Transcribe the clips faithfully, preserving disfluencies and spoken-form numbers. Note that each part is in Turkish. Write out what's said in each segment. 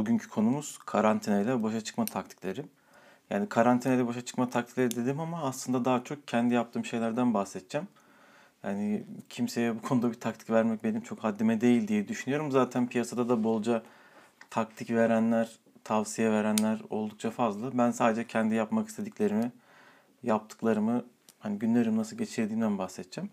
bugünkü konumuz karantina ile başa çıkma taktikleri. Yani karantina ile başa çıkma taktikleri dedim ama aslında daha çok kendi yaptığım şeylerden bahsedeceğim. Yani kimseye bu konuda bir taktik vermek benim çok haddime değil diye düşünüyorum. Zaten piyasada da bolca taktik verenler, tavsiye verenler oldukça fazla. Ben sadece kendi yapmak istediklerimi, yaptıklarımı, hani günlerimi nasıl geçirdiğimden bahsedeceğim.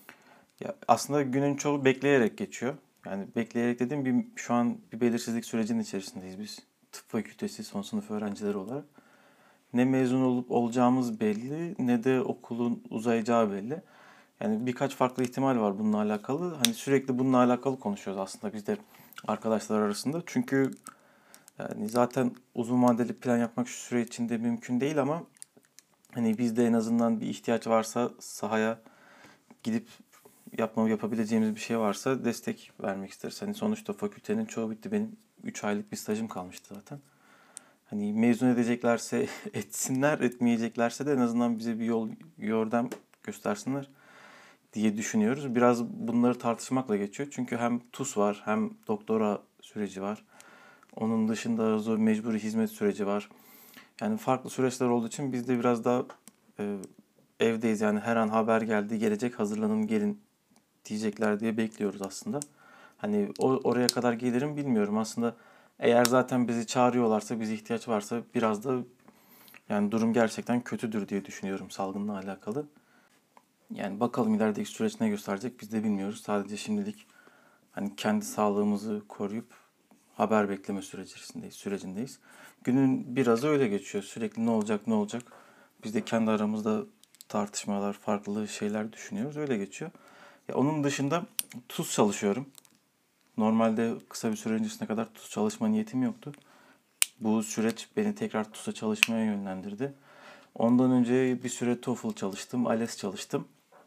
Ya aslında günün çoğu bekleyerek geçiyor. Yani bekleyerek dediğim bir şu an bir belirsizlik sürecinin içerisindeyiz biz. Tıp fakültesi son sınıf öğrencileri olarak. Ne mezun olup olacağımız belli, ne de okulun uzayacağı belli. Yani birkaç farklı ihtimal var bununla alakalı. Hani sürekli bununla alakalı konuşuyoruz aslında biz de arkadaşlar arasında. Çünkü yani zaten uzun vadeli plan yapmak şu süre içinde mümkün değil ama hani bizde en azından bir ihtiyaç varsa sahaya gidip yapmamı yapabileceğimiz bir şey varsa destek vermek isteriz. Hani sonuçta fakültenin çoğu bitti. Benim üç aylık bir stajım kalmıştı zaten. Hani mezun edeceklerse etsinler, etmeyeceklerse de en azından bize bir yol, yordam göstersinler diye düşünüyoruz. Biraz bunları tartışmakla geçiyor. Çünkü hem TUS var, hem doktora süreci var. Onun dışında zor mecburi hizmet süreci var. Yani farklı süreçler olduğu için biz de biraz daha e, evdeyiz. Yani her an haber geldi, gelecek, hazırlanın, gelin diyecekler diye bekliyoruz aslında. Hani o, oraya kadar gelirim bilmiyorum. Aslında eğer zaten bizi çağırıyorlarsa, bize ihtiyaç varsa biraz da yani durum gerçekten kötüdür diye düşünüyorum salgınla alakalı. Yani bakalım ilerideki süreç ne gösterecek biz de bilmiyoruz. Sadece şimdilik hani kendi sağlığımızı koruyup haber bekleme sürecindeyiz, sürecindeyiz. Günün biraz öyle geçiyor. Sürekli ne olacak ne olacak. Biz de kendi aramızda tartışmalar, farklı şeyler düşünüyoruz. Öyle geçiyor. Ya onun dışında tuz çalışıyorum. Normalde kısa bir süre öncesine kadar tuz çalışma niyetim yoktu. Bu süreç beni tekrar TUS'a çalışmaya yönlendirdi. Ondan önce bir süre TOEFL çalıştım, ALES çalıştım.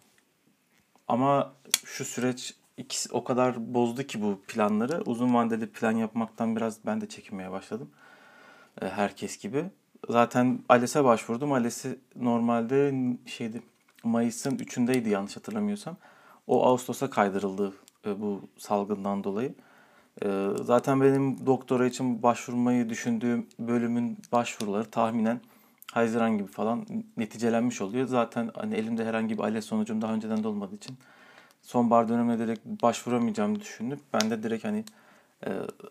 Ama şu süreç ikisi o kadar bozdu ki bu planları. Uzun vadeli plan yapmaktan biraz ben de çekinmeye başladım. E, Herkes gibi. Zaten ALES'e başvurdum. ALES'i normalde şeydi Mayıs'ın üçündeydi yanlış hatırlamıyorsam. O Ağustos'a kaydırıldı e, bu salgından dolayı. E, Zaten benim doktora için başvurmayı düşündüğüm bölümün başvuruları tahminen Haziran gibi falan neticelenmiş oluyor. Zaten hani elimde herhangi bir ALES sonucum daha önceden de olmadığı için sonbahar dönemine direkt başvuramayacağımı düşünüp ben de direkt hani e,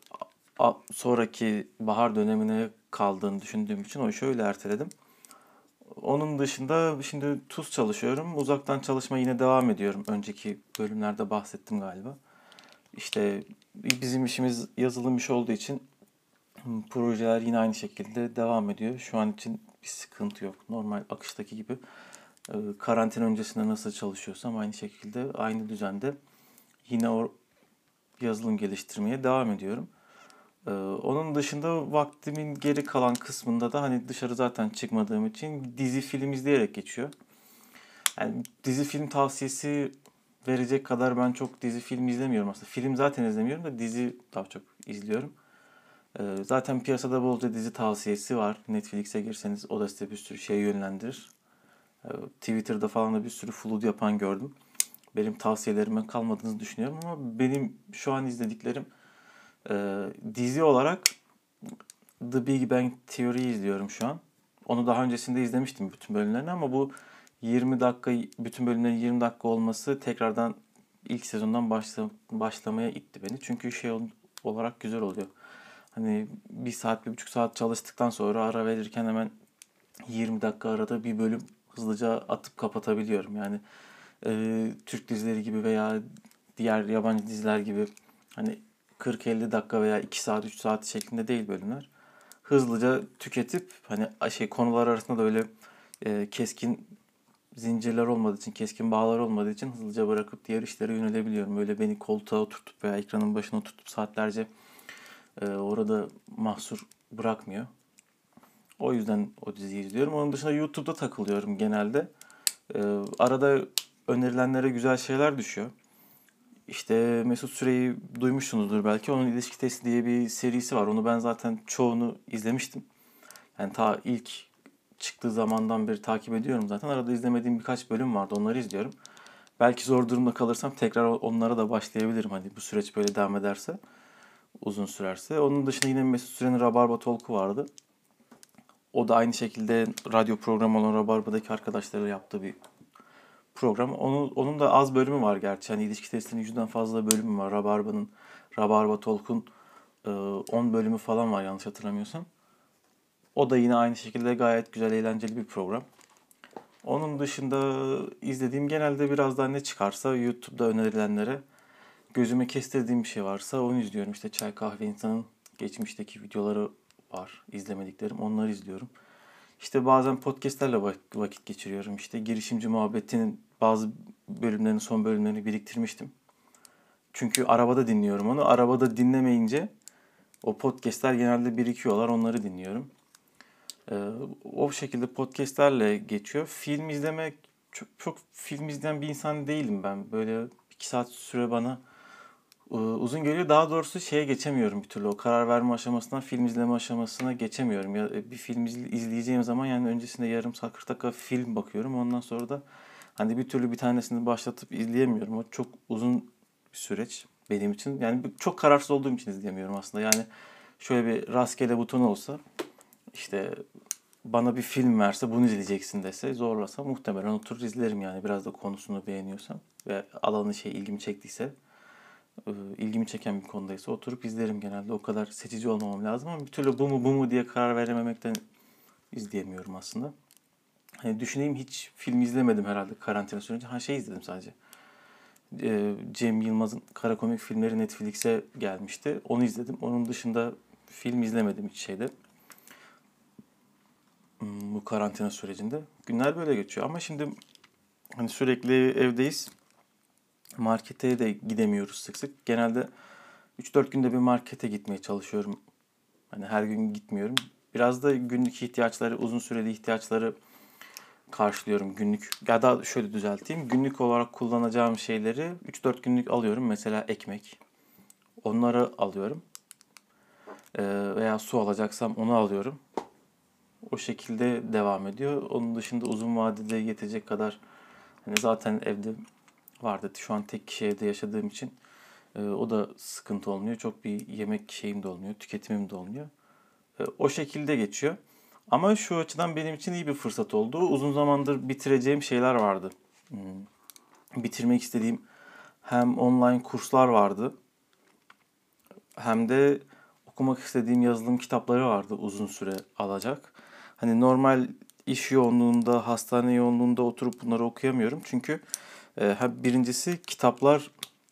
sonraki bahar dönemine kaldığını düşündüğüm için o işi öyle erteledim. Onun dışında şimdi tuz çalışıyorum. Uzaktan çalışma yine devam ediyorum. Önceki bölümlerde bahsettim galiba. İşte bizim işimiz yazılım işi olduğu için projeler yine aynı şekilde devam ediyor. Şu an için bir sıkıntı yok. Normal akıştaki gibi e, karantina öncesinde nasıl çalışıyorsam aynı şekilde aynı düzende yine o yazılım geliştirmeye devam ediyorum. Ee, onun dışında vaktimin geri kalan kısmında da hani dışarı zaten çıkmadığım için dizi film izleyerek geçiyor. Yani dizi film tavsiyesi verecek kadar ben çok dizi film izlemiyorum aslında. Film zaten izlemiyorum da dizi daha çok izliyorum. Ee, zaten piyasada bolca dizi tavsiyesi var. Netflix'e girseniz o da size bir sürü şey yönlendirir. Ee, Twitter'da falan da bir sürü flood yapan gördüm. Benim tavsiyelerime kalmadığınızı düşünüyorum ama benim şu an izlediklerim e, dizi olarak The Big Bang Theory izliyorum şu an. Onu daha öncesinde izlemiştim bütün bölümlerini ama bu yirmi dakika, bütün bölümlerin yirmi dakika olması tekrardan ilk sezondan başla, başlamaya itti beni. Çünkü şey olarak güzel oluyor. Hani bir saat, bir buçuk saat çalıştıktan sonra ara verirken hemen yirmi dakika arada bir bölüm hızlıca atıp kapatabiliyorum. Yani e, Türk dizileri gibi veya diğer yabancı diziler gibi hani kırk elli dakika veya iki saat, üç saat şeklinde değil bölümler. Hızlıca tüketip hani şey konular arasında da öyle e, keskin zincirler olmadığı için, keskin bağlar olmadığı için hızlıca bırakıp diğer işlere yönelebiliyorum. Öyle beni koltuğa oturtup veya ekranın başına tutup saatlerce e, orada mahsur bırakmıyor. O yüzden o diziyi izliyorum. Onun dışında YouTube'da takılıyorum genelde. E, arada önerilenlere güzel şeyler düşüyor. İşte Mesut Süreyi duymuşsunuzdur belki. Onun İlişki Testi diye bir serisi var. Onu ben zaten çoğunu izlemiştim. Yani ta ilk çıktığı zamandan beri takip ediyorum zaten. Arada izlemediğim birkaç bölüm vardı. Onları izliyorum. Belki zor durumda kalırsam tekrar onlara da başlayabilirim. Hani bu süreç böyle devam ederse. uzun sürerse. Onun dışında yine Mesut Süren'in Rabarba Talk'u vardı. O da aynı şekilde radyo programı olan Rabarba'daki arkadaşlarıyla yaptığı bir program. Onun, onun da az bölümü var gerçi. Hani ilişki testinin yüzden fazla bölümü var. Rabarba'nın, Rabarba Talk'un e, on bölümü falan var yanlış hatırlamıyorsam. O da yine aynı şekilde gayet güzel, eğlenceli bir program. Onun dışında izlediğim genelde biraz daha ne çıkarsa YouTube'da önerilenlere gözüme kestirdiğim bir şey varsa onu izliyorum. İşte Çay Kahve İnsan'ın geçmişteki videoları var izlemediklerim. Onları izliyorum. İşte bazen podcastlerle vakit geçiriyorum. İşte girişimci muhabbetinin bazı bölümlerini, son bölümlerini biriktirmiştim. Çünkü arabada dinliyorum onu. Arabada dinlemeyince o podcastler genelde birikiyorlar. Onları dinliyorum. Ee, o şekilde podcastlerle geçiyor. Film izlemek, çok, çok film izleyen bir insan değilim ben. Böyle iki saat süre bana e, uzun geliyor. Daha doğrusu şeye geçemiyorum bir türlü. O karar verme aşamasından film izleme aşamasına geçemiyorum. Ya bir film izleyeceğim zaman yani öncesinde yarım saat kırk dakika film bakıyorum. Ondan sonra da hani bir türlü bir tanesini başlatıp izleyemiyorum. O çok uzun bir süreç benim için. Yani çok kararsız olduğum için izleyemiyorum aslında. Yani şöyle bir rastgele buton olsa işte bana bir film verse bunu izleyeceksin dese zorlasa muhtemelen oturur izlerim yani biraz da konusunu beğeniyorsam ve alanı şey ilgimi çektiyse ilgimi çeken bir konudaysa oturup izlerim genelde. O kadar seçici olmamam lazım ama bir türlü bu mu bu mu diye karar verememekten izleyemiyorum aslında. Hani düşüneyim hiç film izlemedim herhalde karantina sürecinde. Ha şey izledim sadece. Cem Yılmaz'ın kara komik filmleri Netflix'e gelmişti. Onu izledim. Onun dışında film izlemedim hiç şeyde. Bu karantina sürecinde. Günler böyle geçiyor ama şimdi hani sürekli evdeyiz. Markete de gidemiyoruz sık sık. Genelde üç dört günde bir markete gitmeye çalışıyorum. Hani her gün gitmiyorum. Biraz da günlük ihtiyaçları, uzun süreli ihtiyaçları karşılıyorum günlük. Ya da şöyle düzelteyim. Günlük olarak kullanacağım şeyleri üç dört günlük alıyorum. Mesela ekmek. Onları alıyorum. Ee, veya su alacaksam onu alıyorum. O şekilde devam ediyor. Onun dışında uzun vadede yetecek kadar hani zaten evde vardı. Şu an tek kişi evde yaşadığım için e, o da sıkıntı olmuyor. Çok bir yemek şeyim de olmuyor, tüketimim de olmuyor. E, o şekilde geçiyor. Ama şu açıdan benim için iyi bir fırsat oldu. Uzun zamandır bitireceğim şeyler vardı. Hmm. Bitirmek istediğim hem online kurslar vardı hem de okumak istediğim yazılım kitapları vardı uzun süre alacak. Hani normal iş yoğunluğunda, hastane yoğunluğunda oturup bunları okuyamıyorum. Çünkü e, birincisi kitaplar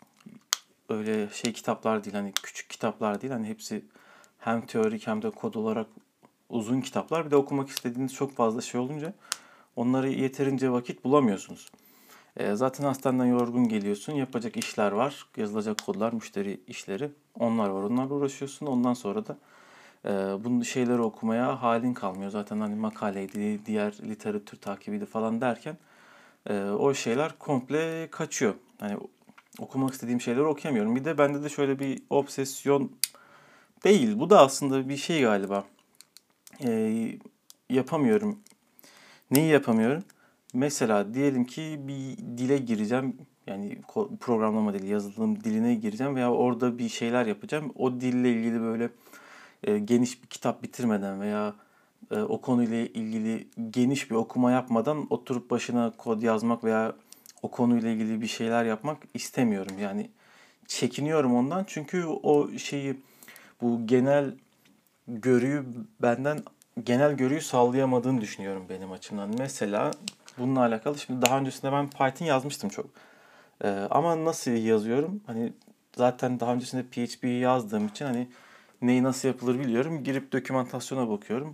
öyle şey kitaplar değil. Hani küçük kitaplar değil. Hani hepsi hem teorik hem de kod olarak uzun kitaplar. Bir de okumak istediğiniz çok fazla şey olunca onları yeterince vakit bulamıyorsunuz. E, zaten hastaneden yorgun geliyorsun. Yapacak işler var. Yazılacak kodlar, müşteri işleri. Onlar var. Onlarla uğraşıyorsun. Ondan sonra da e, bu şeyleri okumaya halin kalmıyor. Zaten hani makaleydi, diğer literatür takibiydi falan derken e, o şeyler komple kaçıyor. Hani okumak istediğim şeyleri okuyamıyorum. Bir de bende de şöyle bir obsesyon değil. Bu da aslında bir şey galiba. E, yapamıyorum. Neyi yapamıyorum? Mesela diyelim ki bir dile gireceğim. Yani programlama dili, yazılım diline gireceğim veya orada bir şeyler yapacağım. O dille ilgili böyle e, geniş bir kitap bitirmeden veya e, o konuyla ilgili geniş bir okuma yapmadan oturup başına kod yazmak veya o konuyla ilgili bir şeyler yapmak istemiyorum. Yani çekiniyorum ondan çünkü o şeyi bu genel görüyü benden genel görüyü sağlayamadığını düşünüyorum benim açımdan. Mesela bununla alakalı şimdi daha öncesinde ben Python yazmıştım çok. Ee, ama nasıl yazıyorum? Hani zaten daha öncesinde P H P yazdığım için hani neyi nasıl yapılır biliyorum. Girip dokümantasyona bakıyorum.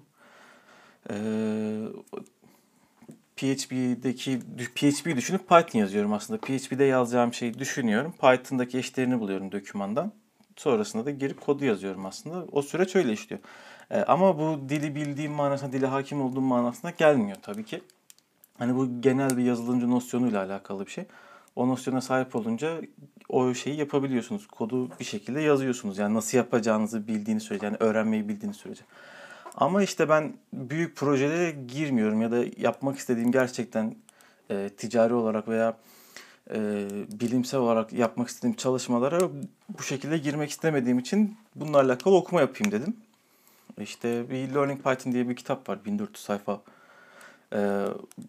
Ee, P H P'deki P H P'yi düşünüp Python yazıyorum aslında. P H P'de yazacağım şeyi düşünüyorum. Python'daki eşlerini buluyorum dokümandan. Sonrasında da girip kodu yazıyorum aslında. O süreç öyle işliyor. Ee, ama bu dili bildiğim manasına, dile hakim olduğum manasına gelmiyor tabii ki. Hani bu genel bir yazılımcı nosyonuyla alakalı bir şey. O nosyona sahip olunca o şeyi yapabiliyorsunuz. Kodu bir şekilde yazıyorsunuz. Yani nasıl yapacağınızı bildiğiniz sürece, yani öğrenmeyi bildiğiniz sürece. Ama işte ben büyük projelere girmiyorum ya da yapmak istediğim gerçekten e, ticari olarak veya e, bilimsel olarak yapmak istediğim çalışmalara bu şekilde girmek istemediğim için bununla alakalı okuma yapayım dedim. İşte bir Learning Python diye bir kitap var, bin dört yüz sayfa. E,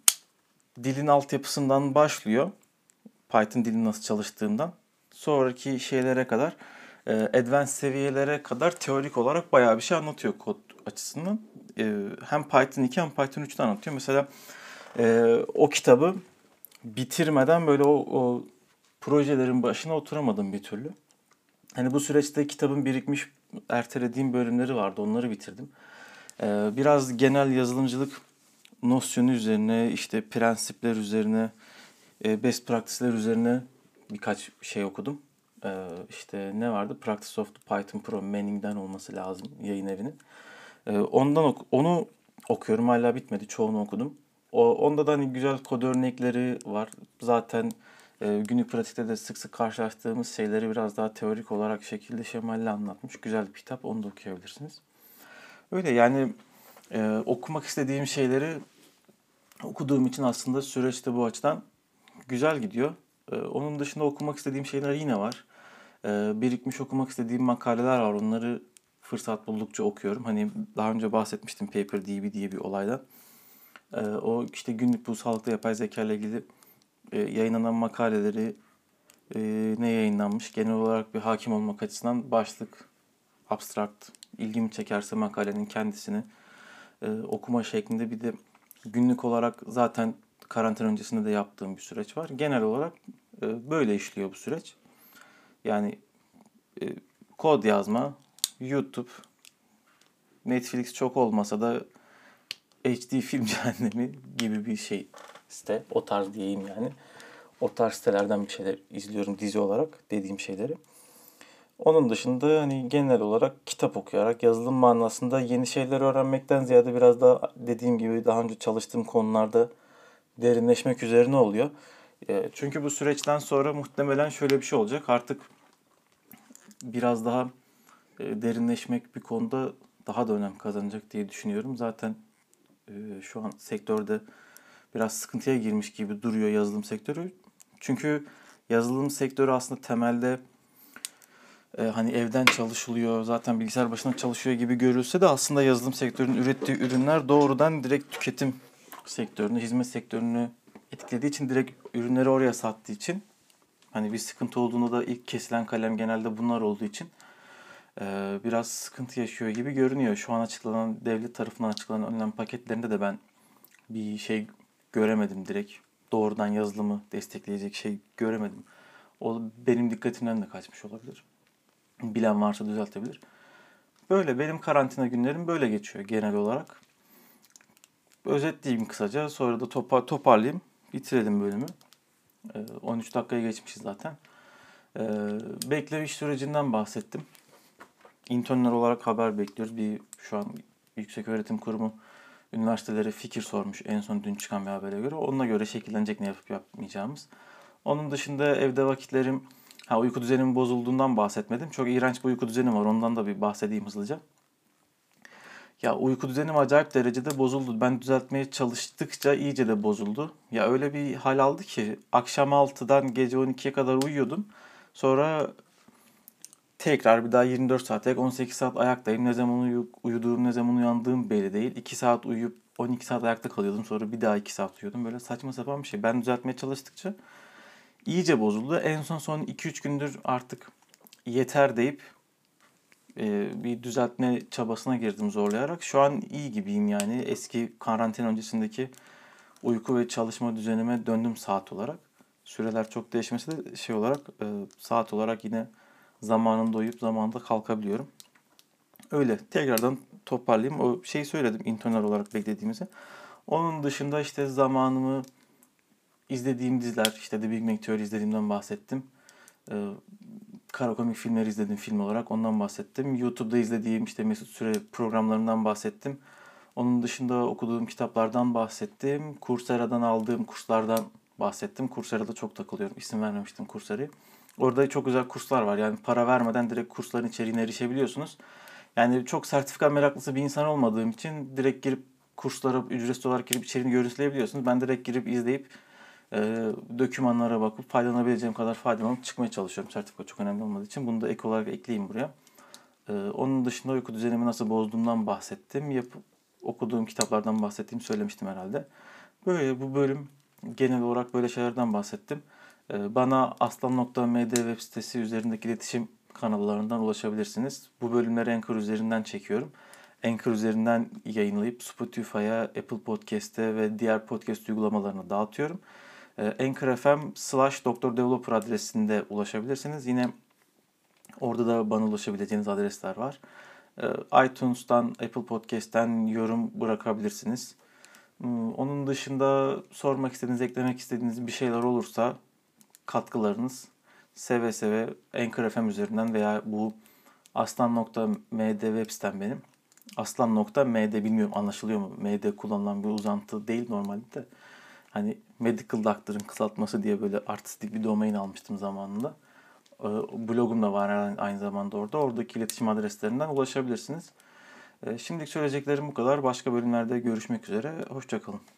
dilin altyapısından başlıyor. Python dilinin nasıl çalıştığından. Sonraki şeylere kadar, e, advanced seviyelere kadar teorik olarak bayağı bir şey anlatıyor kod açısından. E, hem Python iki hem Python üç'te anlatıyor. Mesela e, o kitabı bitirmeden böyle o, o projelerin başına oturamadım bir türlü. Hani bu süreçte kitabın birikmiş, ertelediğim bölümleri vardı. Onları bitirdim. Ee, biraz genel yazılımcılık nosyonu üzerine, işte prensipler üzerine, e, best practice'ler üzerine birkaç şey okudum. Ee, işte ne vardı? Practice of the Python Pro, Manning'den olması lazım, yayın evinin. Ee, ondan ok- onu okuyorum, hala bitmedi. Çoğunu okudum. O, onda da hani güzel kod örnekleri var. Zaten e, günlük pratikte de sık sık karşılaştığımız şeyleri biraz daha teorik olarak şekilde şemalle anlatmış. Güzel bir kitap. Onu da okuyabilirsiniz. Öyle yani, e, okumak istediğim şeyleri okuduğum için aslında süreçte bu açıdan güzel gidiyor. E, onun dışında okumak istediğim şeyler yine var. E, birikmiş okumak istediğim makaleler var. Onları fırsat buldukça okuyorum. Hani daha önce bahsetmiştim PaperDB diye bir olaydan. E, o işte günlük bu sağlıklı yapay zeka ile ilgili e, yayınlanan makaleleri, e, ne yayınlanmış, genel olarak bir hakim olmak açısından başlık, abstract, ilgimi çekerse makalenin kendisini e, okuma şeklinde, bir de günlük olarak zaten karantina öncesinde de yaptığım bir süreç var. Genel olarak e, böyle işliyor bu süreç. Yani e, kod yazma, YouTube, Netflix çok olmasa da H D film cehennemi gibi bir şey site. O tarz diyeyim yani. O tarz sitelerden bir şeyler izliyorum dizi olarak, dediğim şeyleri. Onun dışında hani genel olarak kitap okuyarak, yazılım manasında yeni şeyler öğrenmekten ziyade biraz daha dediğim gibi daha önce çalıştığım konularda derinleşmek üzerine oluyor. E, Çünkü bu süreçten sonra muhtemelen şöyle bir şey olacak. Artık biraz daha e, derinleşmek bir konuda daha da önem kazanacak diye düşünüyorum. Zaten e, şu an sektörde biraz sıkıntıya girmiş gibi duruyor yazılım sektörü. Çünkü yazılım sektörü aslında temelde e, hani evden çalışılıyor, zaten bilgisayar başında çalışıyor gibi görülse de aslında yazılım sektörünün ürettiği ürünler doğrudan direkt tüketim sektörünü, hizmet sektörünü etkilediği için, direkt ürünleri oraya sattığı için, hani bir sıkıntı olduğunda da ilk kesilen kalem genelde bunlar olduğu için e, biraz sıkıntı yaşıyor gibi görünüyor. Şu an açıklanan, devlet tarafından açıklanan önlem paketlerinde de ben bir şey göremedim direkt. Doğrudan yazılımı destekleyecek şey göremedim. O benim dikkatimden de kaçmış olabilir. Bilen varsa düzeltebilir. Böyle benim karantina günlerim böyle geçiyor genel olarak. Özetleyeyim kısaca, sonra da topa, toparlayayım. Bitirelim bölümü. Ee, on üç dakikaya geçmişiz zaten. Ee, bekleyiş sürecinden bahsettim. İnternler olarak haber bekliyoruz. Bir şu an Yükseköğretim Kurumu üniversitelere fikir sormuş en son dün çıkan bir habere göre. Onunla göre şekillenecek ne yapıp yapmayacağımız. Onun dışında evde vakitlerim, ha uyku düzenim bozulduğundan bahsetmedim. Çok iğrenç bir uyku düzenim var. Ondan da bir bahsedeyim hızlıca. Ya uyku düzenim acayip derecede bozuldu. Ben düzeltmeye çalıştıkça iyice de bozuldu. Ya öyle bir hal aldı ki akşam altıdan gece on ikiye kadar uyuyordum. Sonra tekrar bir daha yirmi dört saat, on sekiz saat ayaktayım. Ne zaman uyu- uyuduğum, ne zaman uyandığım belli değil. iki saat uyuyup on iki saat ayakta kalıyordum. Sonra bir daha iki saat uyuyordum. Böyle saçma sapan bir şey. Ben düzeltmeye çalıştıkça iyice bozuldu. En son son iki üç gündür artık yeter deyip e, bir düzeltme çabasına girdim zorlayarak. Şu an iyi gibiyim yani. Eski karantina öncesindeki uyku ve çalışma düzenime döndüm saat olarak. Süreler çok değişmese de şey olarak, e, saat olarak yine zamanında uyuyup zamanında kalkabiliyorum. Öyle tekrardan toparlayayım. O şeyi söyledim internal olarak beklediğimizi. Onun dışında işte zamanımı izlediğim diziler, işte The Big Bang Theory izlediğimden bahsettim. Ee, Kara komik filmler izledim film olarak, ondan bahsettim. YouTube'da izlediğim işte Mesut Süre programlarından bahsettim. Onun dışında okuduğum kitaplardan bahsettim. Coursera'dan aldığım kurslardan bahsettim. Coursera'da çok takılıyorum. İsim vermemiştim Coursera'yı. Orada çok güzel kurslar var. Yani para vermeden direkt kursların içeriğine erişebiliyorsunuz. Yani çok sertifika meraklısı bir insan olmadığım için direkt girip kurslara ücretsiz olarak girip içeriğini görüntüleyebiliyorsunuz. Ben direkt girip izleyip e, dokümanlara bakıp faydalanabileceğim kadar faydalanıp çıkmaya çalışıyorum. Sertifika çok önemli olmadığı için. Bunu da ek olarak ekleyeyim buraya. E, onun dışında uyku düzenimi nasıl bozduğumdan bahsettim. Yapıp okuduğum kitaplardan bahsettiğimi söylemiştim herhalde. Böyle bu bölüm genel olarak böyle şeylerden bahsettim. E, bana aslan nokta m d web sitesi üzerindeki iletişim kanallarından ulaşabilirsiniz. Bu bölümleri Anchor üzerinden çekiyorum. Anchor üzerinden yayınlayıp Spotify'a, Apple Podcast'te ve diğer podcast uygulamalarına dağıtıyorum. Anchor F M slash Doktor Developer adresinde ulaşabilirsiniz. Yine orada da bana ulaşabileceğiniz adresler var. iTunes'tan, Apple Podcast'ten yorum bırakabilirsiniz. Onun dışında sormak istediğiniz, eklemek istediğiniz bir şeyler olursa katkılarınız seve seve Anchor F M üzerinden veya bu aslan nokta m d web sitem benim. aslan nokta m d bilmiyorum anlaşılıyor mu? M D kullanılan bir uzantı değil normalde de. Hani Medical Doctor'ın kısaltması diye böyle artistik bir domain almıştım zamanında. Blogum da var aynı zamanda orada. Oradaki iletişim adreslerinden ulaşabilirsiniz. Şimdilik söyleyeceklerim bu kadar. Başka bölümlerde görüşmek üzere. Hoşça kalın.